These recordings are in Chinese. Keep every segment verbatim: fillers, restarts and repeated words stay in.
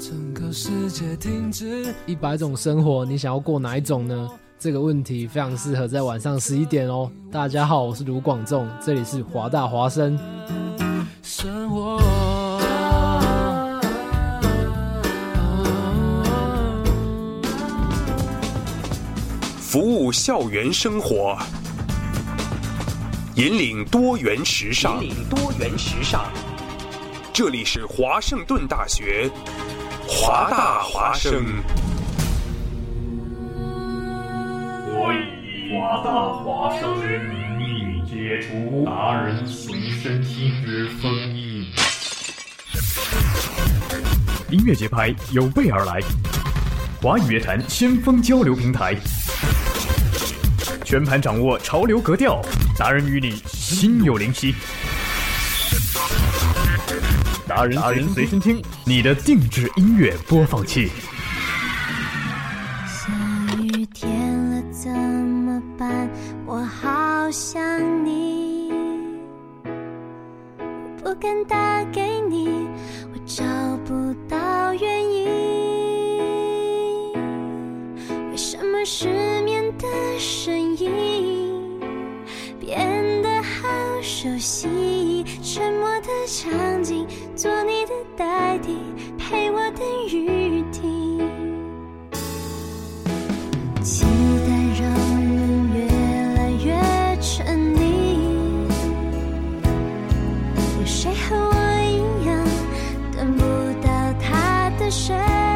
整个世界停止。 一百种生活，你想要过哪一种呢？这个问题非常适合在晚上十一点哦。大家好，我是卢广仲，这里是华大华生生活。 服务校园生活，引领多元时尚。引领多元时尚。这里是华盛顿大学，华大华生。 我以华大华生之名义解除达人随身听之封印。音乐节拍有备而来，华语乐坛先锋交流平台，全盘掌握潮流格调，达人与你心有灵犀。达人达人随身听，你的定制音乐播放器。 下雨天了怎么办？我好想你，我不敢打给你，我找不到原因。为什么失眠的声音变得好熟悉？沉默的场景，做你的代替，陪我等雨停。期待让人越来越沉溺，有谁和我一样等不到他的谁？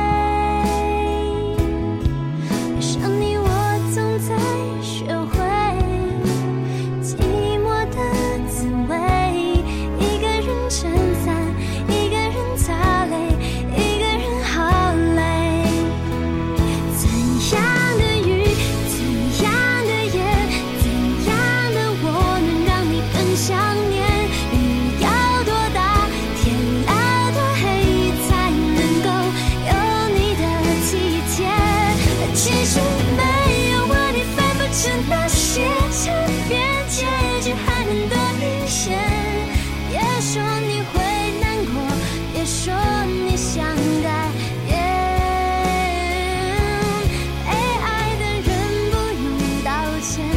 爱上你我总在学会寂寞的滋味，一个人撑伞，一个人擦泪，一个人好累。怎样的雨，怎样的夜，怎样的我能让你更想念？雨要多大，天要多黑，才能够有你的体贴？其实没有我，你分不成那些缠边结局还能多一些。别说你会难过，别说你想改变，被爱的人不用道歉。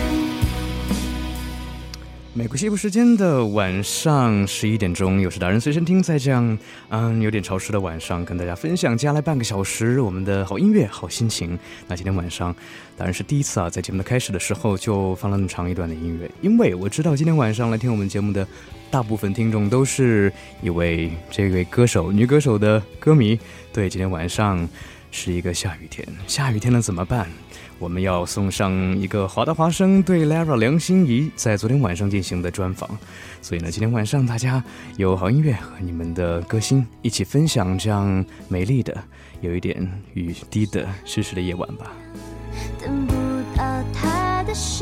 美国西部时间的晚上十一点钟，又是达人随身听，在这样嗯有点潮湿的晚上，跟大家分享接下来半个小时我们的好音乐、好心情。那今天晚上当然是第一次啊，在节目的开始的时候就放了那么长一段的音乐，因为我知道今天晚上来听我们节目的大部分听众都是一位这位歌手、女歌手的歌迷。对，今天晚上是一个下雨天，下雨天了怎么办？我们要送上一个华大华生对 Lara 梁心颐在昨天晚上进行的专访，所以呢，今天晚上大家有好音乐和你们的歌星一起分享这样美丽的、有一点雨滴的湿湿的夜晚吧。 等不到他的谁，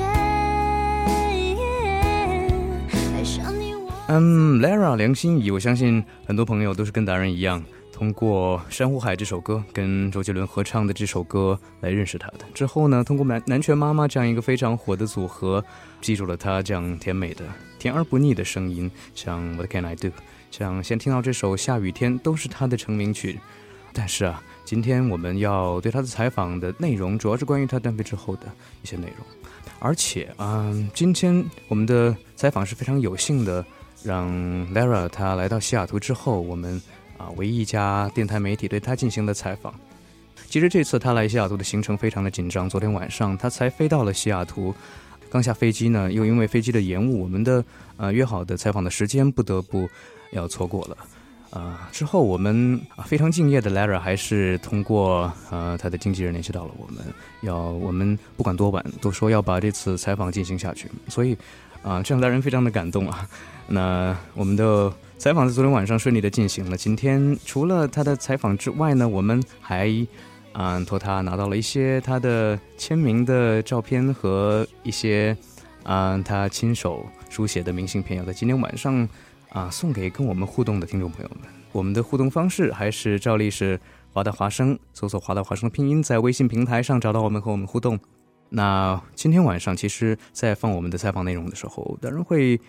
爱上你我。 嗯 ，Lara 梁心颐，我相信很多朋友都是跟达人一样，通过《珊瑚海》这首歌跟周杰伦合唱的这首歌来认识他的。之后呢，通过南南拳妈妈这样一个非常火的组合，记住了他这样甜美的、甜而不腻的声音，像 What Can I Do， 像先听到这首《下雨天》都是他的成名曲。但是啊，今天我们要对他的采访的内容，主要是关于他单飞之后的一些内容。而且啊、嗯，今天我们的采访是非常有幸的，让 Lara 她来到西雅图之后，我们啊，唯一一家电台媒体对他进行的采访。其实这次他来西雅图的行程非常的紧张，昨天晚上他才飞到了西雅图，刚下飞机呢，又因为飞机的延误，我们的呃约好的采访的时间不得不要错过了。呃，之后我们、啊、非常敬业的 Lara 还是通过呃他的经纪人联系到了我们，要我们不管多晚都说要把这次采访进行下去，所以啊、呃，这让大人非常的感动啊。那我们的采访在昨天晚上顺利的进行了。今天除了他的采访之外呢，我们还嗯托他拿到了一些他的签名的照片和一些嗯他亲手书写的明信片，要在今天晚上啊送给跟我们互动的听众朋友们。我们的互动方式还是照例是华大华生，搜索华大华生的拼音，在微信平台上找到我们和我们互动。那今天晚上其实在放我们的采访内容的时候，当然会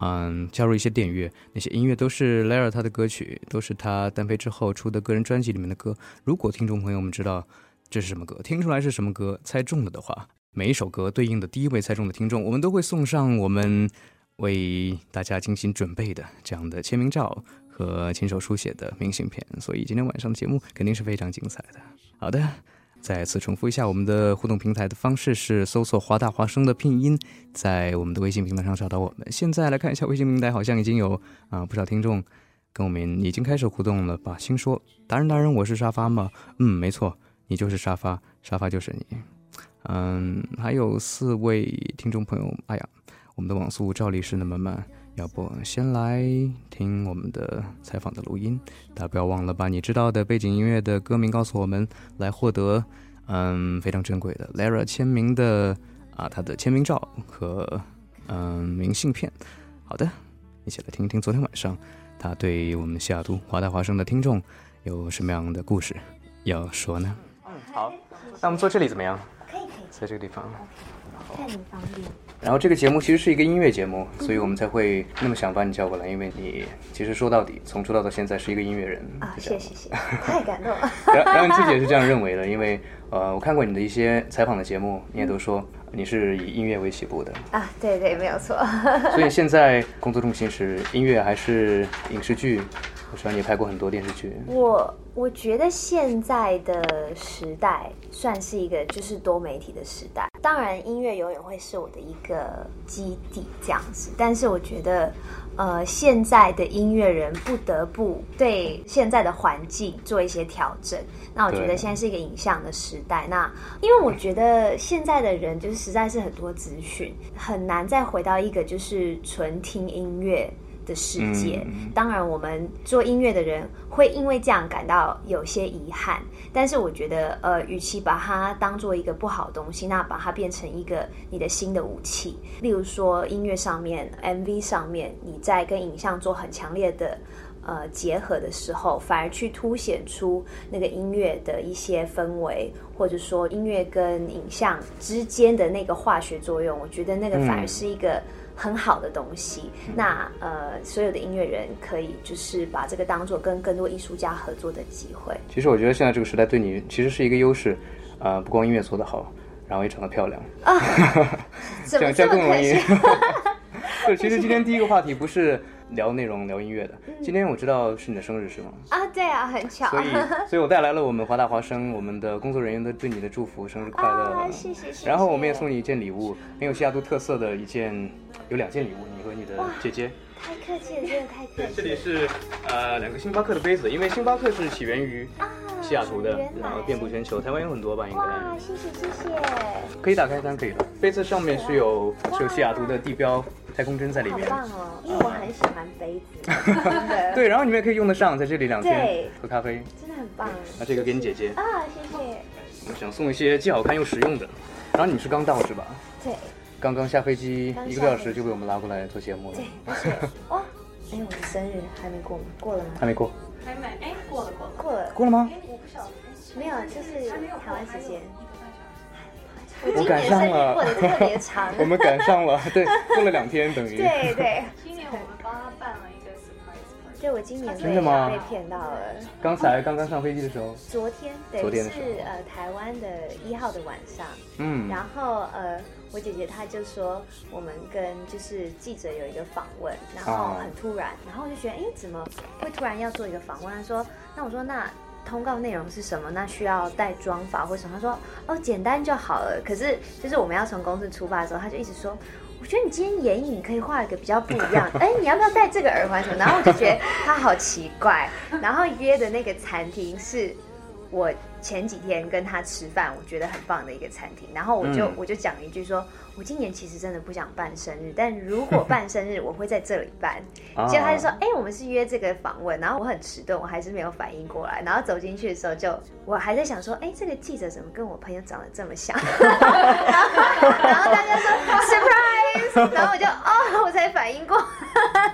嗯，加入一些电乐，那些音乐都是 Lara 她的歌曲，都是她单飞之后出的个人专辑里面的歌。如果听众朋友们知道这是什么歌，听出来是什么歌，猜中了的话，每一首歌对应的第一位猜中的听众，我们都会送上我们为大家精心准备的这样的签名照和亲手书写的明信片。所以今天晚上的节目肯定是非常精彩的。好的，再次重复一下，我们的互动平台的方式是搜索华大华生的拼音，在我们的微信平台上找到我们。现在来看一下微信平台，好像已经有啊不少听众跟我们已经开始互动了吧。星说，达人达人，我是沙发吗？嗯，没错，你就是沙发，沙发就是你。嗯，还有四位听众朋友，哎呀，我们的网速照例是那么慢，要不先来听我们的采访的录音，大家不要忘了把你知道的背景音乐的歌名告诉我们，来获得嗯非常珍贵的 Lara 签名的啊她的签名照和嗯明信片。好的，一起来听一听昨天晚上她对我们西雅图华大华生的听众有什么样的故事要说呢？嗯，好，那我们坐这里怎么样？ 可以可以， 在这个地方看你方便。 然后这个节目其实是一个音乐节目，所以我们才会那么想把你叫过来，因为你其实说到底从出道到现在是一个音乐人啊，谢谢谢谢，太感动了。 然然后你自己也是这样认为的，因为呃，我看过你的一些采访的节目，你也都说你是以音乐为起步的啊，对对，没有错。 所以现在工作重心是音乐还是影视剧？我知道你也拍过很多电视剧。 我我觉得现在的时代算是一个就是多媒体的时代，当然音乐永远会是我的一个基地这样子，但是我觉得呃，现在的音乐人不得不对现在的环境做一些调整。那我觉得现在是一个影像的时代，那因为我觉得现在的人就是实在是很多资讯，很难再回到一个就是纯听音乐的世界。 嗯、 当然我们做音乐的人会因为这样感到有些遗憾，但是我觉得呃，与其把它当做一个不好的东西，那把它变成一个你的新的武器。例如说音乐上面 M V 上面，你在跟影像做很强烈的呃结合的时候，反而去凸显出那个音乐的一些氛围，或者说音乐跟影像之间的那个化学作用，我觉得那个反而是一个很好的东西。嗯、那呃，所有的音乐人可以就是把这个当作跟更多艺术家合作的机会。 其实我觉得现在这个时代对你其实是一个优势，呃，不光音乐做得好，然后也长得漂亮啊， 这样这样更容易。对，其实今天第一个话题不是聊内容聊音乐的，嗯、今天我知道是你的生日是吗？ 啊，对啊，很巧。 所以，所以我带来了我们华大华生我们的工作人员的对你的祝福，生日快乐！ 啊，谢谢谢谢。 然后我们也送你一件礼物，很有西雅图特色的一件，有两件礼物，你和你的姐姐。 太客气了，真的太客气了。 这里是呃两个星巴克的杯子，因为星巴克是起源于西雅图的，然后遍布全球，台湾有很多吧，应该。 哇，谢谢谢谢。 可以打开，当然可以了。杯子上面是有是有西雅图的地标太空针在里面。 好棒哦，因为我很喜欢杯子，真的。 对，然后你们也可以用得上，在这里两天喝咖啡， 真的很棒。 那这个给你姐姐啊，谢谢。 我想送一些既好看又实用的。然后你是刚到是吧？ 对。 刚刚下飞机一个多小时就被我们拉过来做节目了。 对，而且哇。哎，我的生日还没过吗？过了吗？ 还没过。 还没，哎，过了，过了， 过了， 过了吗？ 哎，我不晓得， 没有，就是台湾时间。 我赶上了， 过得特别长。 我们赶上了，对，过了两天等于。 对对。 今年我们帮他办了一个 surprise party。 对，我今年真的吗？ 被骗到了。 刚才刚刚上飞机的时候。 昨天，对， 昨天是呃台湾的一号的晚上。 嗯。 然后呃。我姐姐她就说我们跟就是记者有一个访问，然后很突然，然后我就觉得哎怎么会突然要做一个访问？她说那我说那通告内容是什么？那需要带妆法或什么？她说哦简单就好了。可是就是我们要从公司出发的时候，她就一直说我觉得你今天眼影可以画一个比较不一样，哎你要不要戴这个耳环什么？然后我就觉得她好奇怪。然后约的那个餐厅是我前几天跟他吃饭，我觉得很棒的一个餐厅，然后我就、嗯、我就讲了一句说，我今年其实真的不想办生日，但如果办生日，我会在这里办。结果他就说，哎、欸，我们是约这个访问，然后我很迟钝，我还是没有反应过来，然后走进去的时候就，我还在想说，哎、欸，这个记者怎么跟我朋友长得这么像？然后然后大家说 surprise， 然后我就哦，我才反应过来。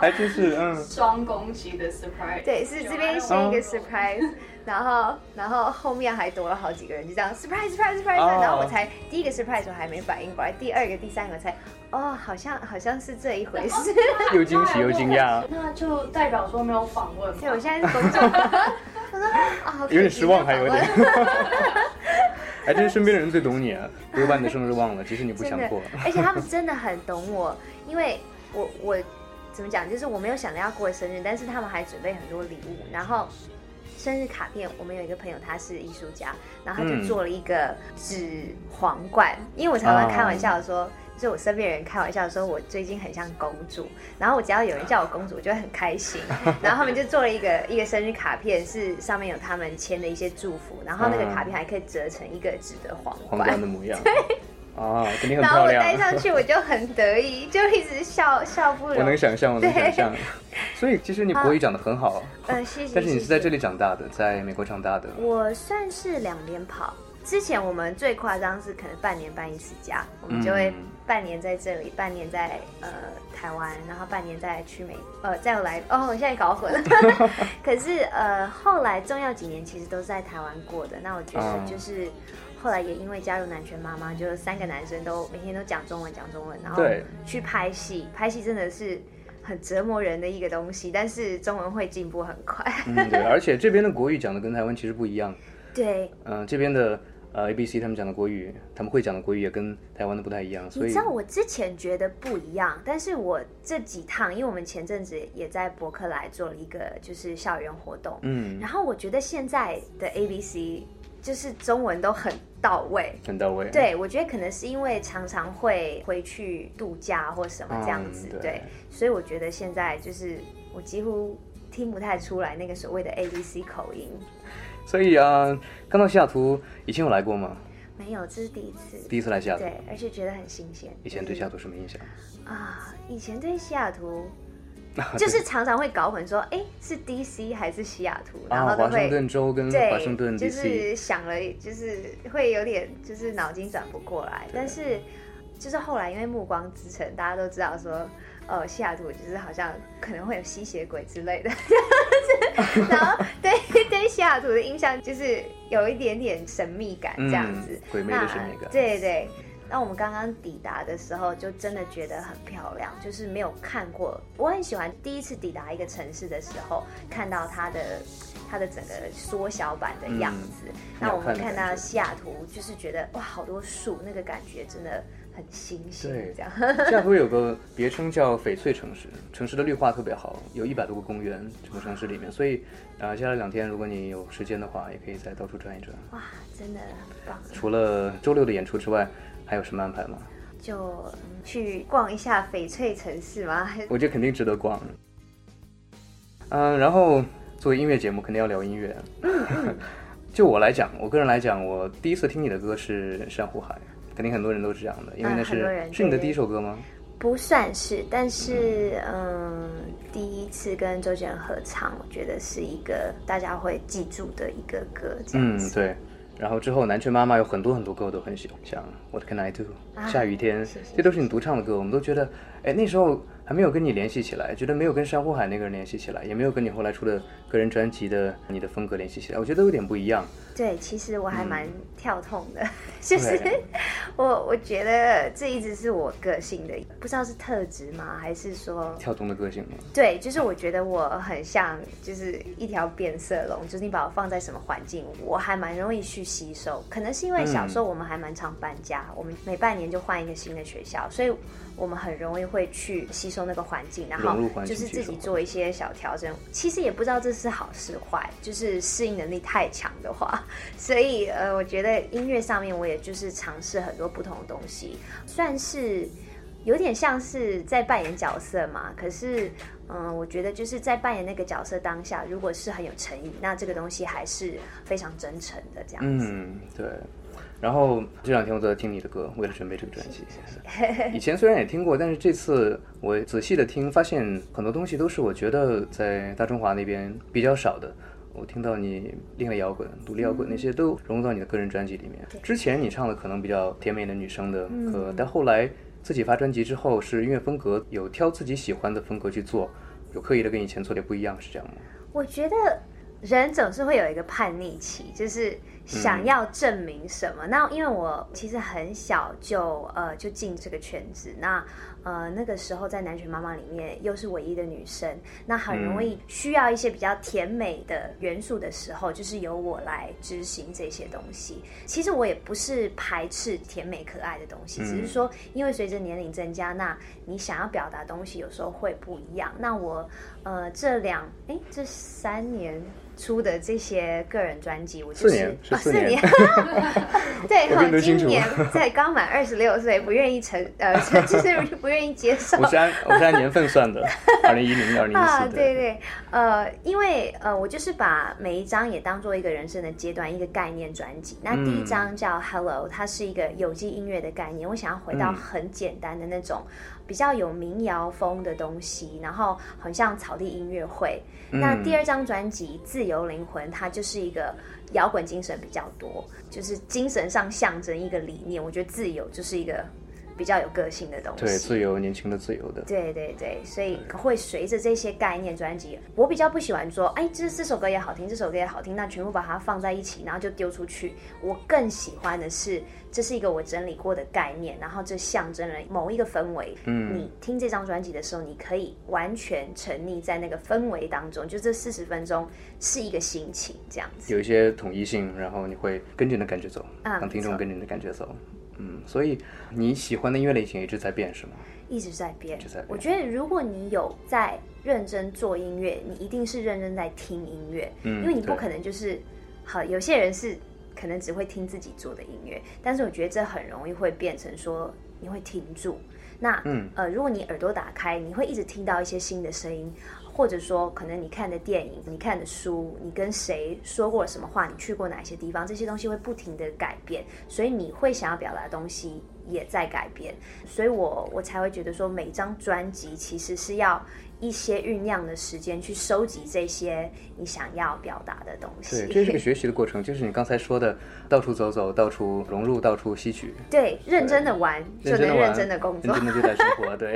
还真是嗯， 双攻击的 surprise。 对，是这边先一个 surprise，、哦、然后然后后面还多了好几个人，就这样 surprise surprise surprise，、哦、然后我才第一个 surprise 我还没反应过来，第二个、第三个才哦，好像好像是这一回事， 又惊喜又惊讶。 那就代表说没有访问。 对，我现在是工作。我说啊， 有点失望，还有点。还真是身边的人最懂你啊！不会把你的生日忘了，即使你不想过。 而且他们真的很懂我，因为我我怎么讲，就是我没有想着要过生日，但是他们还准备很多礼物，然后生日卡片，我们有一个朋友他是艺术家，然后他就做了一个纸皇冠，嗯、因为我常常开玩笑说。就我身边人开玩笑说，我最近很像公主，然后我只要有人叫我公主，我就会很开心。然后他们就做了一个一个生日卡片，是上面有他们签的一些祝福，然后那个卡片还可以折成一个纸的皇冠， 皇冠的模样。 对。 啊，肯定很然后我漂亮。 戴上去，我就很得意，就一直笑笑不容。 我能想象，我能想象。所以其实你国语讲得很好。 呃，谢谢。 但是你是在这里长大的，在美国长大的。 我算是两边跑。之前我们最夸张是可能半年搬一次家，我们就会半年在这里，半年在呃台湾，然后半年再去美呃再来哦，我现在搞混了。可是呃后来重要几年其实都是在台湾过的。那我觉得就是后来也因为加入南拳妈妈，就三个男生都每天都讲中文讲中文，然后去拍戏，拍戏真的是很折磨人的一个东西，但是中文会进步很快。 嗯，对，而且这边的国语讲的跟台湾其实不一样。 对， 嗯、呃，这边的。呃 ，A B C 他们讲的国语，他们会讲的国语也跟台湾的不太一样，所以你知道我之前觉得不一样，但是我这几趟，因为我们前阵子也在伯克莱做了一个就是校园活动，嗯，然后我觉得现在的 A B C 就是中文都很到位， 很到位。 对，我觉得可能是因为常常会回去度假或什么这样子，嗯、对, 对，所以我觉得现在就是我几乎听不太出来那个所谓的 A B C 口音。 所以啊，刚到西雅图，以前有来过吗？ 没有，这是第一次。 第一次来西雅图， 对，而且觉得很新鲜。 以前对西雅图什么印象？ 啊，以前对西雅图，就是常常会搞混说，哎，是 D C 还是西雅图，然后都会、 啊、华盛顿州跟华盛顿 D C， 就是想了，就是会有点就是脑筋转不过来。但是就是后来因为《暮光之城》，大家都知道说。呃，西雅图就是好像可能会有吸血鬼之类的，然后对对西雅图的印象就是有一点点神秘感这样子， 嗯、鬼魅的神秘感。 对对，那我们刚刚抵达的时候，就真的觉得很漂亮，就是没有看过。我很喜欢第一次抵达一个城市的时候，看到它的它的整个缩小版的样子。嗯、那我们看到西雅图，就是觉得哇，好多树，那个感觉真的。很新鲜，这样。 西雅图有个别称叫翡翠城市，城市的绿化特别好，有一百多个公园，整个城市里面。所以，啊、呃，接下来两天如果你有时间的话，也可以再到处转一转。 哇，真的很棒！ 除了周六的演出之外，还有什么安排吗？ 就、嗯、去逛一下翡翠城市吗？ 我觉得肯定值得逛。嗯、呃，然后作为音乐节目，肯定要聊音乐。就我来讲，我个人来讲，我第一次听你的歌是《珊瑚海》。肯定很多人都是这样的，因为那是、嗯、是你的第一首歌吗？ 不算是，但是嗯，第一次跟周杰伦合唱，我觉得是一个大家会记住的一个歌，这样子。 嗯，对。然后之后南拳妈妈有很多很多歌我都很喜欢，像 What Can I Do、啊、下雨天， 是是是， 这都是你独唱的歌，我们都觉得，哎，那时候还没有跟你联系起来，觉得没有跟珊瑚海那个人联系起来，也没有跟你后来出的个人专辑的你的风格联系起来，我觉得有点不一样。 对，其实我还蛮跳痛的，嗯、就是我我觉得这一直是我个性的，不知道是特质吗，还是说跳动的个性吗？ 对，就是我觉得我很像就是一条变色龙，就是你把我放在什么环境，我还蛮容易去吸收。可能是因为小时候我们还蛮常搬家，嗯、我们每半年就换一个新的学校，所以我们很容易会去吸收那个环境，然后就是自己做一些小调整。其实也不知道这是好是坏，就是适应能力太强的话，所以呃，我觉得音乐上面我也就是尝试很多不同的东西，算是有点像是在扮演角色嘛。可是嗯、呃，我觉得就是在扮演那个角色当下，如果是很有诚意，那这个东西还是非常真诚的这样子。 嗯，对。然后这两天我都在听你的歌，为了准备这个专辑。以前虽然也听过，但是这次我仔细的听，发现很多东西都是我觉得在大中华那边比较少的。我听到你另类摇滚、独立摇滚那些都融入到你的个人专辑里面。之前你唱的可能比较甜美的女生的歌，但后来自己发专辑之后，是音乐风格有挑自己喜欢的风格去做。 有刻意的跟以前做点不一样，是这样吗？ 我觉得人总是会有一个叛逆期，就是想要证明什么。嗯、那因为我其实很小就呃就进这个圈子，那呃那个时候在南拳妈妈里面又是唯一的女生，那很容易需要一些比较甜美的元素的时候，就是由我来执行这些东西。其实我也不是排斥甜美可爱的东西，嗯、只是说因为随着年龄增加，那你想要表达的东西有时候会不一样。那我呃这两哎这三年出的这些个人专辑，我就是四年是四年， 啊、四年对，我今年在刚满二十六岁，不愿意承呃，就是不愿意接受。 我是按我是按年份算的，二零一零、二零一四。 对对，呃，因为呃，我就是把每一张也当做一个人生的阶段，一个概念专辑。那第一张叫 Hello， 它是一个有机音乐的概念，我想要回到很简单的那种。嗯比较有民谣风的东西，然后很像草地音乐会。嗯、那第二张专辑《自由灵魂》，它就是一个摇滚精神比较多，就是精神上象征一个理念。我觉得自由就是一个比较有个性的东西。 对，自由，年轻的自由的。 对对对，所以会随着这些概念专辑，我比较不喜欢说，哎，这这首歌也好听，这首歌也好听，那全部把它放在一起，然后就丢出去。我更喜欢的是，这是一个我整理过的概念，然后这象征了某一个氛围。嗯，你听这张专辑的时候，你可以完全沉溺在那个氛围当中，就这四十分钟是一个心情这样子。 有一些统一性，然后你会跟着你的感觉走，嗯、让听众跟着你的感觉走。嗯，所以你喜欢的音乐类型一直在变，是吗？ 一直在变， 一直在变。 我觉得如果你有在认真做音乐，你一定是认真在听音乐，嗯，因为你不可能就是好，有些人是可能只会听自己做的音乐，但是我觉得这很容易会变成说你会停住。那嗯呃，如果你耳朵打开，你会一直听到一些新的声音。或者说可能你看的电影，你看的书，你跟谁说过什么话，你去过哪些地方，这些东西会不停的改变，所以你会想要表达的东西也在改变，所以我我才会觉得说每张专辑其实是要一些酝酿的时间去收集这些你想要表达的东西。 对，这是个学习的过程，就是你刚才说的到处走走，到处融入，到处吸取。 对，认真的玩就能认真的工作， 认真的对待生活。对。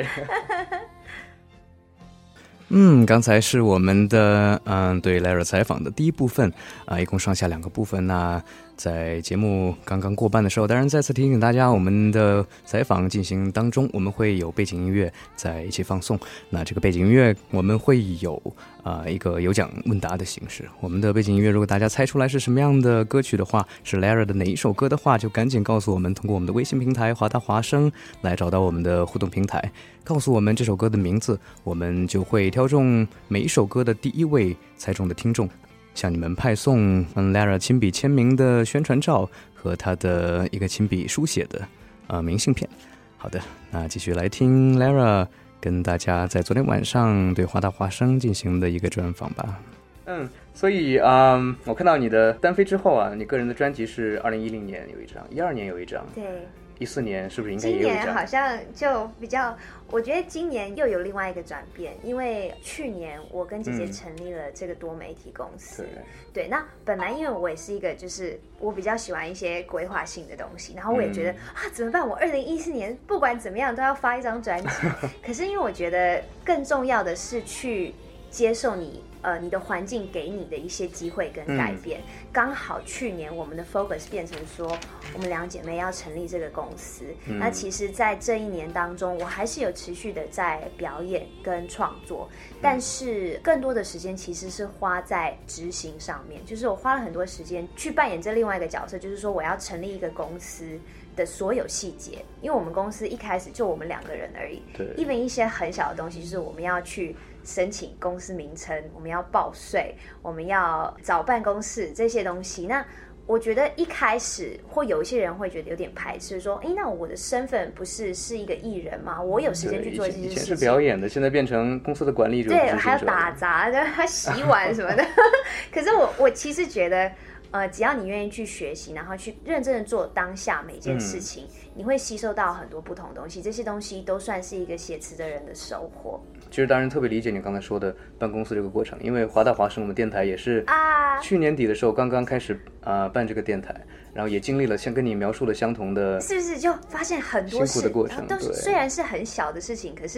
嗯，刚才是我们的嗯对 Lara 采访的第一部分啊、呃，一共上下两个部分。那在节目刚刚过半的时候，当然再次提醒大家，我们的采访进行当中，我们会有背景音乐在一起放送。那这个背景音乐我们会有啊、呃、一个有奖问答的形式。我们的背景音乐，如果大家猜出来是什么样的歌曲的话，是 Lara 的哪一首歌的话，就赶紧告诉我们，通过我们的微信平台华大华声来找到我们的互动平台，告诉我们这首歌的名字，我们就会挑中每一首歌的第一位猜中的听众，向你们派送 Lara 亲笔签名的宣传照和他的一个亲笔书写的呃明信片。好的，那继续来听 Lara 跟大家在昨天晚上对华大华声进行的一个专访吧。嗯，所以嗯，我看到你的单飞之后啊，你个人的专辑是二零一零年有一张，一二年有一张， 对。 一四年是不是应该也有一张？ 今年好像就比较，我觉得今年又有另外一个转变，因为去年我跟姐姐成立了这个多媒体公司。嗯、对, 对，那本来因为我也是一个，就是我比较喜欢一些规划性的东西，然后我也觉得、嗯、啊怎么办？我二零一四年不管怎么样都要发一张专辑。可是因为我觉得更重要的是去接受你。呃，你的环境给你的一些机会跟改变，刚、嗯、好去年我们的 focus 变成说，我们两姐妹要成立这个公司。嗯、那其实，在这一年当中，我还是有持续的在表演跟创作，但是更多的时间其实是花在执行上面，就是我花了很多时间去扮演这另外一个角色，就是说我要成立一个公司的所有细节，因为我们公司一开始就我们两个人而已，对，因为一些很小的东西，就是我们要去申请公司名称，我们要报税，我们要找办公室这些东西。那我觉得一开始或有一些人会觉得有点排斥，说：“哎，那我的身份不是是一个艺人吗？我有时间去做这些事情。”以前是表演的，现在变成公司的管理者， 对，还要打杂，还洗碗什么的。可是我我其实觉得。呃，只要你愿意去学习，然后去认真的做当下每件事情、嗯，你会吸收到很多不同的东西，这些东西都算是一个写词的人的收获。 其实当然特别理解你刚才说的办公司这个过程，因为华大华声我们电台也是啊，去年底的时候刚刚开始啊、呃、办这个电台，然后也经历了像跟你描述的相同的， 是不是就发现很多辛苦的过程， 都是虽然是很小的事情，可是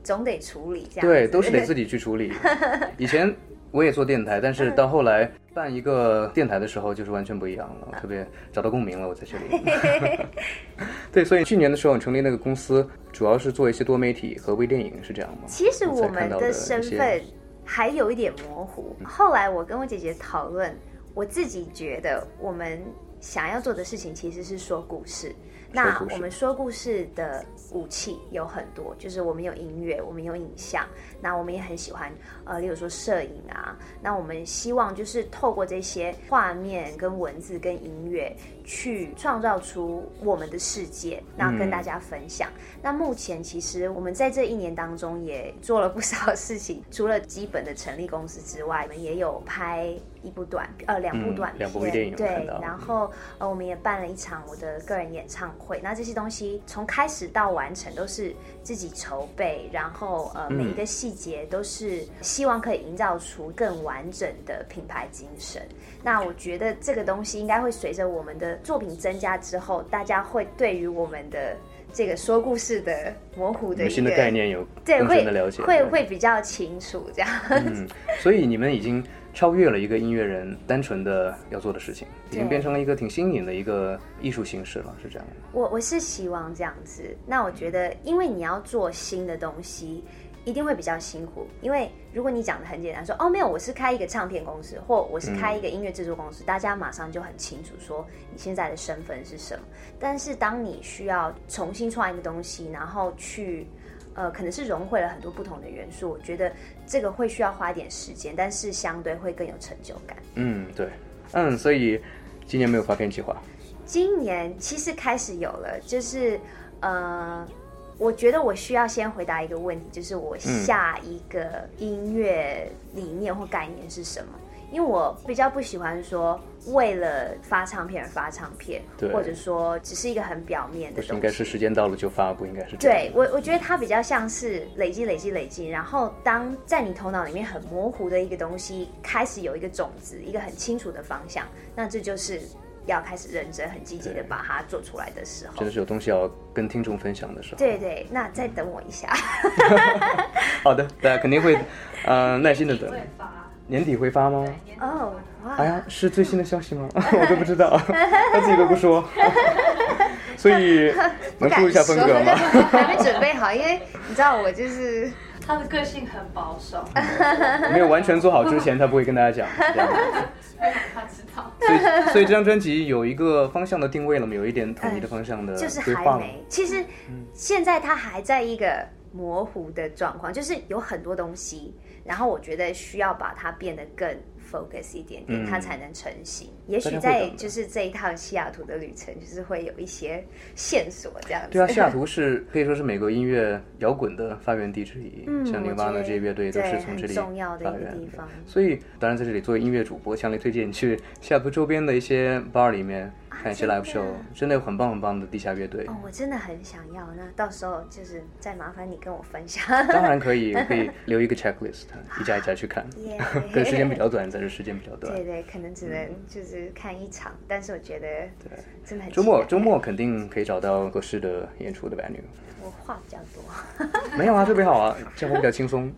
总得处理这样子。 对，都是得自己去处理。以前我也做电台，但是到后来办一个电台的时候就是完全不一样了，特别找到共鸣了，我在这里。对，所以去年的时候你成立那个公司，主要是做一些多媒体和微电影，是这样吗？ 其实我们的身份还有一点模糊。后来我跟我姐姐讨论，我自己觉得我们想要做的事情其实是说故事。那我们说故事的武器有很多，就是我们有音乐，我们有影像，那我们也很喜欢，呃，例如说摄影啊。那我们希望就是透过这些画面、跟文字、跟音乐，去创造出我们的世界，那跟大家分享。嗯、那目前其实我们在这一年当中也做了不少事情，除了基本的成立公司之外，我们也有拍一部短呃两部短片，嗯、两部微电影对，然后呃我们也办了一场我的个人演唱会。那这些东西从开始到完成都是自己筹备，然后呃每一个细节都是希望可以营造出更完整的品牌精神。那我觉得这个东西应该会随着我们的作品增加之后，大家会对于我们的这个说故事的模糊的一个新的概念有更深的了解， 会会会比较清楚这样。 嗯，所以你们已经超越了一个音乐人单纯的要做的事情，已经变成了一个挺新颖的一个艺术形式了，是这样的。 我我是希望这样子。那我觉得，因为你要做新的东西，一定会比较辛苦。因为如果你讲的很简单，说哦没有，我是开一个唱片公司，或我是开一个音乐制作公司，嗯、大家马上就很清楚说你现在的身份是什么。但是当你需要重新创一个东西，然后去呃，可能是融汇了很多不同的元素，我觉得这个会需要花一点时间，但是相对会更有成就感。 嗯，对，嗯，所以今年没有发片计划？ 今年其实开始有了，就是呃，我觉得我需要先回答一个问题，就是我下一个音乐理念或概念是什么？因为我比较不喜欢说为了发唱片而发唱片，或者说只是一个很表面的东西。不是应该是时间到了就发，不应该是这样。 对，我我觉得它比较像是累积、累积、累积，然后当在你头脑里面很模糊的一个东西开始有一个种子，一个很清楚的方向，那这就是要开始认真、很积极的把它做出来的时候。 真的是有东西要跟听众分享的时候。 对对，那再等我一下。 好的，大家肯定会呃耐心的等。年底会发吗？ 哦，哇！ 哎呀，是最新的消息吗？我都不知道，他自己都不说。所以能说一下风格吗？ 还没准备好，因为你知道我就是他的个性很保守， 没有完全做好之前，他不会跟大家讲。 他知道。 所以，所以这张专辑有一个方向的定位了吗？有一点统一的方向的规划吗？ 就是还没。其实现在他还在一个模糊的状况，就是有很多东西。然后我觉得需要把它变得更 focus 一点点，嗯、它才能成型。也许在就是这一趟西雅图的旅程，就是会有一些线索这样子。 对啊，西雅图是可以说是美国音乐摇滚的发源地之一，嗯、像宁巴的这些乐队都是从这里发源的。 重要的一个地方。 所以当然在这里作为音乐主播，强烈推荐你去西雅图周边的一些 bar 里面。看一些 live show， 真的有很棒很棒的地下乐队哦，我真的很想要。那到时候就是再麻烦你跟我分享。 当然可以，我可以留一个 checklist， 一家一家去看。可能时间比较短，但是时间比较短。 对对，可能只能就是看一场，嗯、但是我觉得对真的很周末周末肯定可以找到合适的演出的 venue。 我话比较多。 没有啊，特别好啊，这样会比较轻松。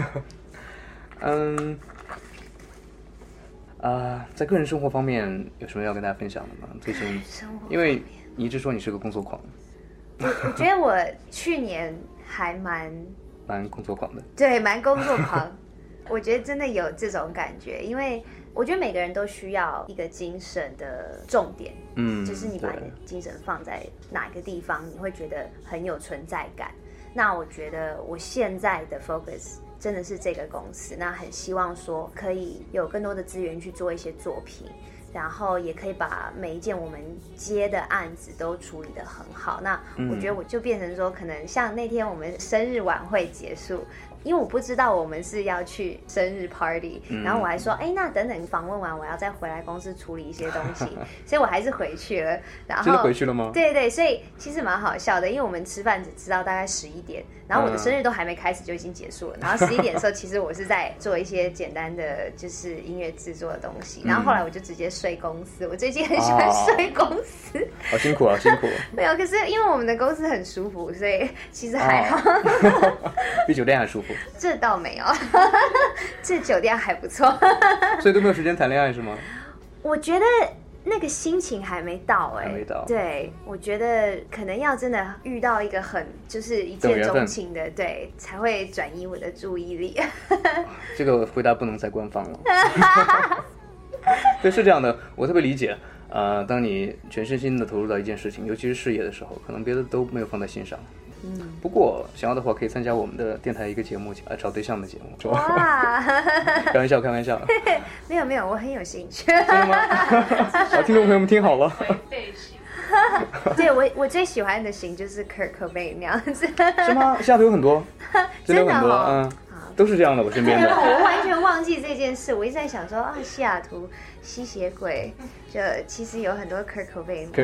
嗯。啊、呃，在个人生活方面有什么要跟大家分享的吗？最近，因为你一直说你是个工作狂， 我我觉得我去年还蛮蛮工作狂的， 对，蛮工作狂。我觉得真的有这种感觉，因为我觉得每个人都需要一个精神的重点，嗯，就是你把你的精神放在哪一个地方，你会觉得很有存在感。那我觉得我现在的 focus。真的是这个公司，那很希望说可以有更多的资源去做一些作品，然后也可以把每一件我们接的案子都处理得很好。那我觉得我就变成说，可能像那天我们生日晚会结束， 因为我不知道我们是要去生日 party，、嗯、然后我还说，哎，那等等访问完，我要再回来公司处理一些东西，所以我还是回去了。然后真的回去了吗？ 对对，所以其实蛮好笑的，因为我们吃饭只吃到大概十一点，然后我的生日都还没开始就已经结束了。嗯、然后十一点的时候，其实我是在做一些简单的就是音乐制作的东西，然后后来我就直接睡公司。我最近很喜欢睡公司，哦、 好辛苦啊，辛苦。 没有，可是因为我们的公司很舒服，所以其实还好。 哦、比酒店还舒服？ 这倒没有，这酒店还不错。 所以都没有时间谈恋爱是吗？ 我觉得那个心情还没到哎、欸， 还没到。 对，我觉得可能要真的遇到一个很就是一见钟情的，对，才会转移我的注意力。 这个回答不能再官方了。对，是这样的，我特别理解。呃，当你全身心的投入到一件事情，尤其是事业的时候，可能别的都没有放在心上。嗯，不过想要的话，可以参加我们的电台一个节目，呃，找对象的节目。哇，开玩笑，开玩笑。 没有没有，我很有兴趣。 真的吗？好，听众朋友们听好了。 对我我最喜欢的型就是 Kurt Cobain 那样子。 是吗？西雅图有很多，真的有很多，哦、嗯。都是这样的，我身边的。 我完全忘记这件事，我一直在想说啊，西雅图吸血鬼，就其实有很多 Kurt Cobain，Kurt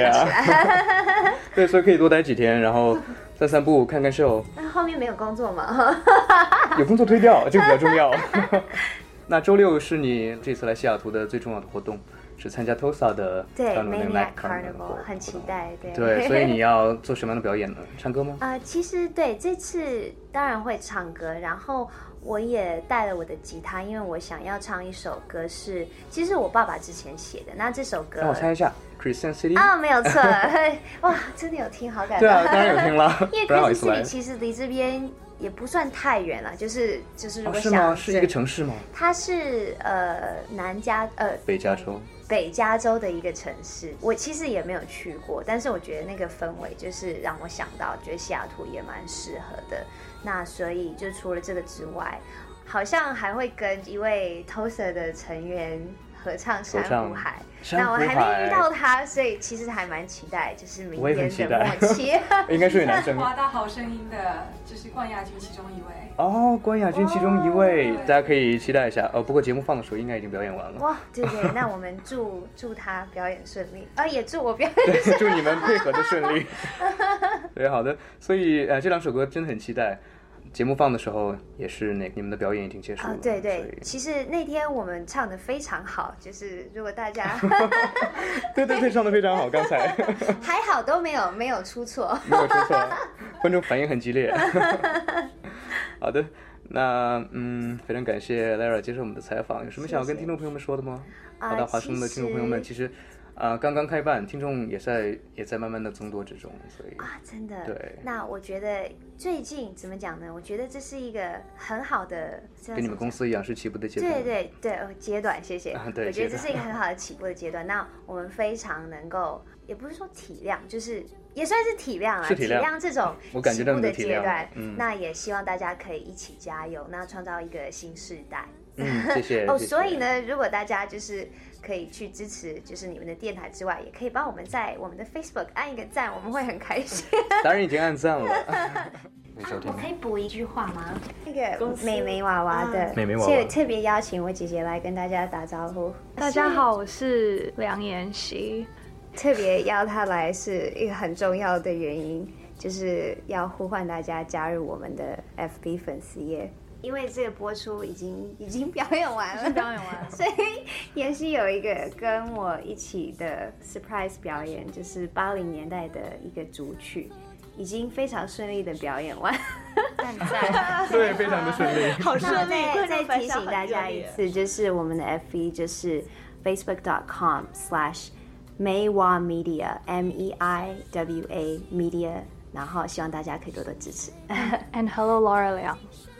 Cobain，对，所以可以多待几天，然后散散步，看看秀。 那后面没有工作吗？ 有工作推掉，这个比较重要。那周六是你这次来西雅图的最重要的活动。是参加 Tulsa 的对 Maniac Carnival， 很期待。对对，所以你要做什么样的表演呢？唱歌吗？ 啊、呃，其实对这次当然会唱歌，然后我也带了我的吉他，因为我想要唱一首歌是，其实我爸爸之前写的。那这首歌让我猜一下 ，Crescent City 啊，没有错。哇，真的有听，好感动。 对啊，当然有听了。 因为 Crescent City 其实离这边也不算太远了，就是就是如果想、 哦、是吗？是一个城市吗？ 它是呃南加呃北加州。 北加州的一个城市，我其实也没有去过，但是我觉得那个氛围就是让我想到，觉得西雅图也蛮适合的。那所以就除了这个之外，好像还会跟一位 Tulsa 的成员合唱《珊瑚海》，那我还没遇到他，所以其实还蛮期待，就是明天的默契。 应该是位男生。 华大好声音的，就是冠亚军其中一位。 哦，冠亚军其中一位，哦、大家可以期待一下。哦，不过节目放的时候应该已经表演完了。 哇，对对，那我们祝祝他表演顺利，啊，也祝我表演顺利， 祝你们配合的顺利。对，好的。所以呃，这两首歌真的很期待。节目放的时候也是那你们的表演已经结束了、哦、 对对，其实那天我们唱的非常好，就是如果大家对对对，唱的非常好，刚才还好都没有没有出错， 没有出错，观众反应很激烈。好的，那嗯，非常感谢 Lara 接受我们的采访，有什么想要跟听众朋友们说的吗？华大华生的听众朋友们，其实。啊、呃，刚刚开办，听众也在也在慢慢的增多之中，所以啊，真的。 对。 那我觉得最近怎么讲呢？我觉得这是一个很好的， 跟你们公司一样是起步的阶段。 对对对，哦、阶段，谢谢。 啊、对。 我觉得这是一个很好的起步的阶段。那我们非常能够，也不是说体谅，就是也算是体谅啊， 是体谅, 体谅这种起步的阶段。 嗯。 那也希望大家可以一起加油，那创造一个新世代。 嗯，谢谢。 哦， 谢谢所以呢，如果大家就是可以去支持，就是你们的电台之外，也可以帮我们在我们的 Facebook 按一个赞，我们会很开心。 当然已经按赞了。 我可以补一句话吗？那个美眉娃娃的， 美眉娃娃， 所以特别邀请我姐姐来跟大家打招呼。 大家好，我是梁妍希。 特别邀她来是一个很重要的原因，就是要呼唤大家加入我们的 F B 粉丝页。因为这个播出已经已经表演完了， 表演完了， 所以也是有一个跟我一起的 surprise 表演，就是八零年代的一个主曲，已经非常顺利的表演完，赞赞， 对，非常的顺利， 好顺利。 再再提醒大家一次，就是我们的 F B 就是 facebook dot com slash Meiwa Media M E I W A Media， 然后希望大家可以多多支持。 And hello Laura 梁。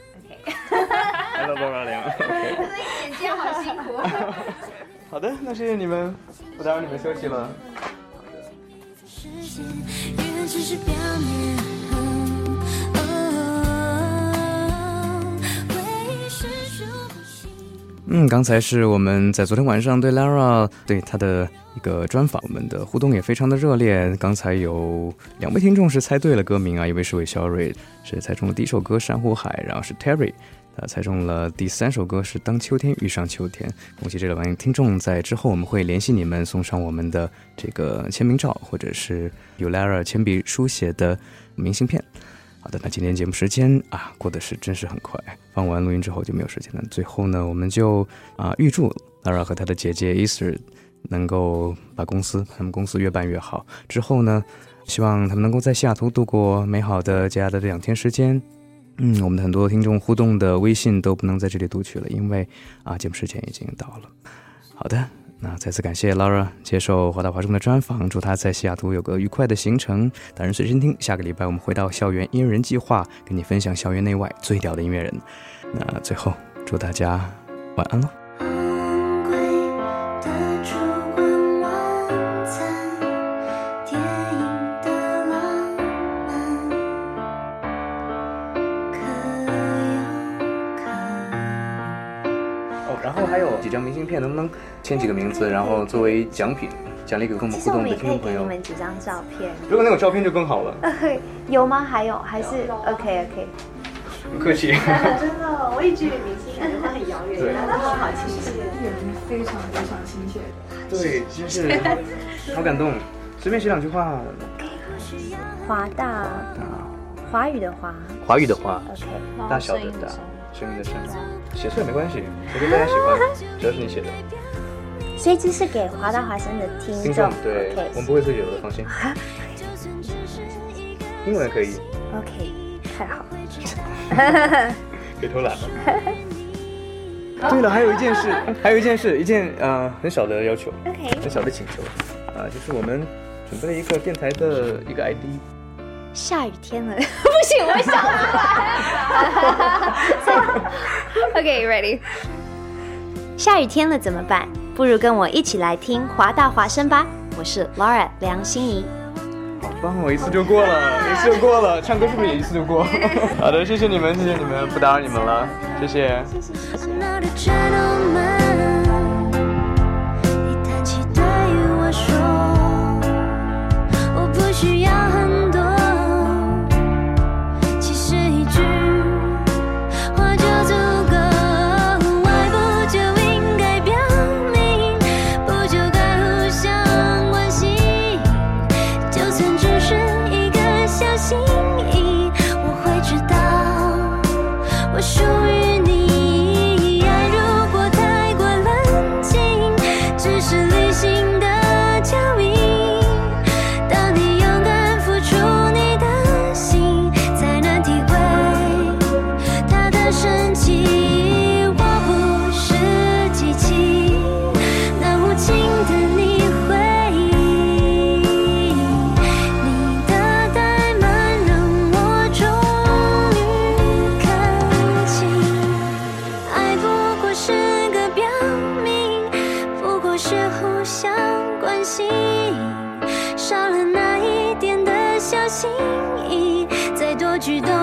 Hello Laura 梁。 剪接好辛苦。 好的，那谢谢你们，我打扰你们休息了。 世界原只是表面，回忆是数不清。 嗯，刚才是我们在昨天晚上对 Lara 对她的一个专访，我们的互动也非常的热烈。刚才有两位听众是猜对了歌名啊，一位是韦小蕊，是猜中了第一首歌《珊瑚海》，然后是 Terry， 他猜中了第三首歌是《当秋天遇上秋天》。恭喜这两位听众，在之后我们会联系你们，送上我们的这个签名照，或者是有 Lara 铅笔书写的明信片。好的，那今天节目时间啊，过得是真是很快，放完录音之后就没有时间了。最后呢，我们就啊预祝 Lara 和她的姐姐 Easter 能够把公司他们公司越办越好。之后呢，希望他们能够在西雅图度过美好的接下来的两天时间。嗯，我们的很多听众互动的微信都不能在这里读取了，因为啊节目时间已经到了。好的。那再次感谢 Lara 接受华大华生的专访，祝她在西雅图有个愉快的行程。达人随身听，下个礼拜我们回到校园音乐人计划，跟你分享校园内外最屌的音乐人。那最后祝大家晚安咯。然后还有几张明信片，能不能签几个名字，然后作为奖品，奖励给跟我们互动的听众朋友？ 其实我们也可以给你们几张照片。 如果能有照片就更好了。 有吗？还有还是 OK OK。 不客气。 真的，我一直以为明星感觉会很遥远， 对， 但是好亲切， 人非常非常亲切。 对，真是好感动。随便写两句话。 华大，华语的华， 华语的华 ，OK， 大小的大。声音的声，写错也没关系，随便大家喜欢，只要是你写的。 所以这是给华大华生的听众，众对， okay. 我们不会自己有的，放心。英文可以。 OK， 太好了。 别偷懒了。对了，还有一件事，还有一件事，一件呃很小的要求 ，OK， 很小的请求啊、呃，就是我们准备了一个电台的一个 I D。 下雨天了，不行，我想出来。OK，ready。下雨天了怎么办？不如跟我一起来听华大华声吧。我是 Lara 梁心怡。 好棒哦，一次就过了，一次就过了。唱歌是不是也一次就过？好的，谢谢你们，谢谢你们，不打扰你们了，谢谢。谢谢谢谢。 你叹气对我说，我不需要很多。属于你，爱如果太过冷静，只是理性的交易。当你勇敢付出你的心，才能体会他的神奇。我不是机器，那无情的你回忆，你的怠慢让我终于爱不过是个表明，不过是互相关心，少了那一点的小心翼翼，再多举动